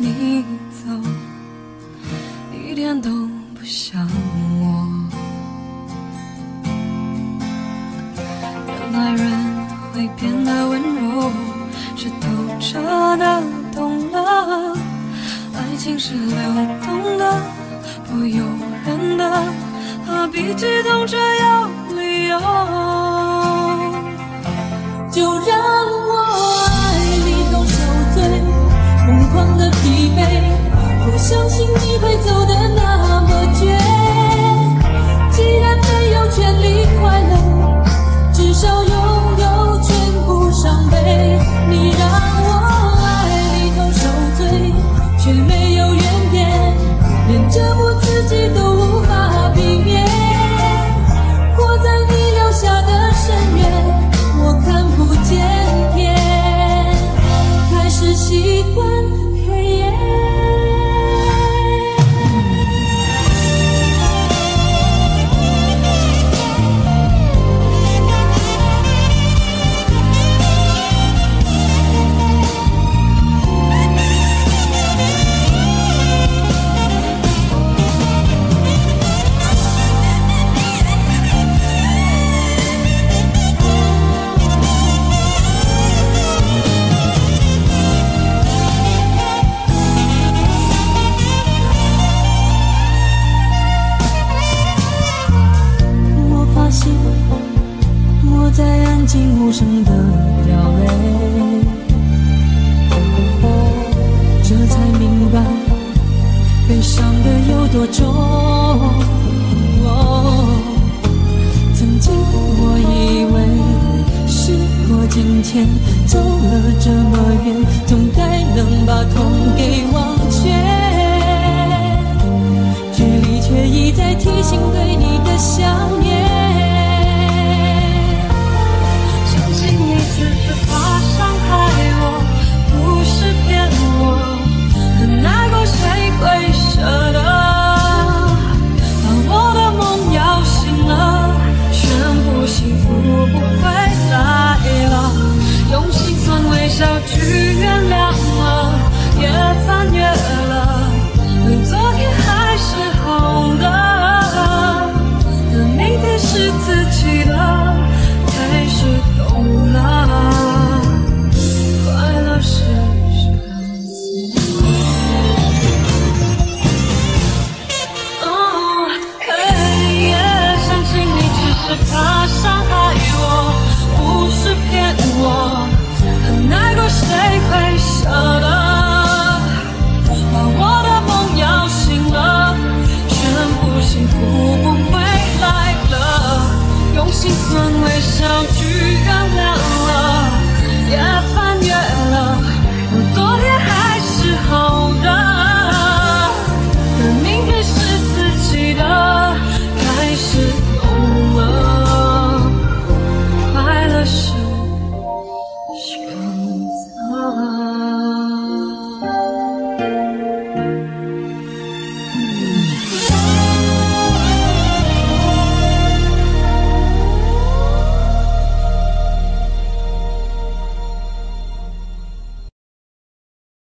你走，一点都不像我。原来人会变得温柔，是透彻的懂了，爱情是流动的，不由人的，何必激动着有理由？ 就让我爱你到受罪，疯狂的疲惫，不相信你会走得那么绝。既然没有权利快乐，至少拥有全部伤悲。你让我爱你到受罪，却没有原点，连折磨自己都无法避免。活在你留下的深渊，我看不见天，开始习惯黑夜。我在安静无声地掉泪，这才明白悲伤的有多重。曾经我以为时过境迁，走了这么远，总该能把痛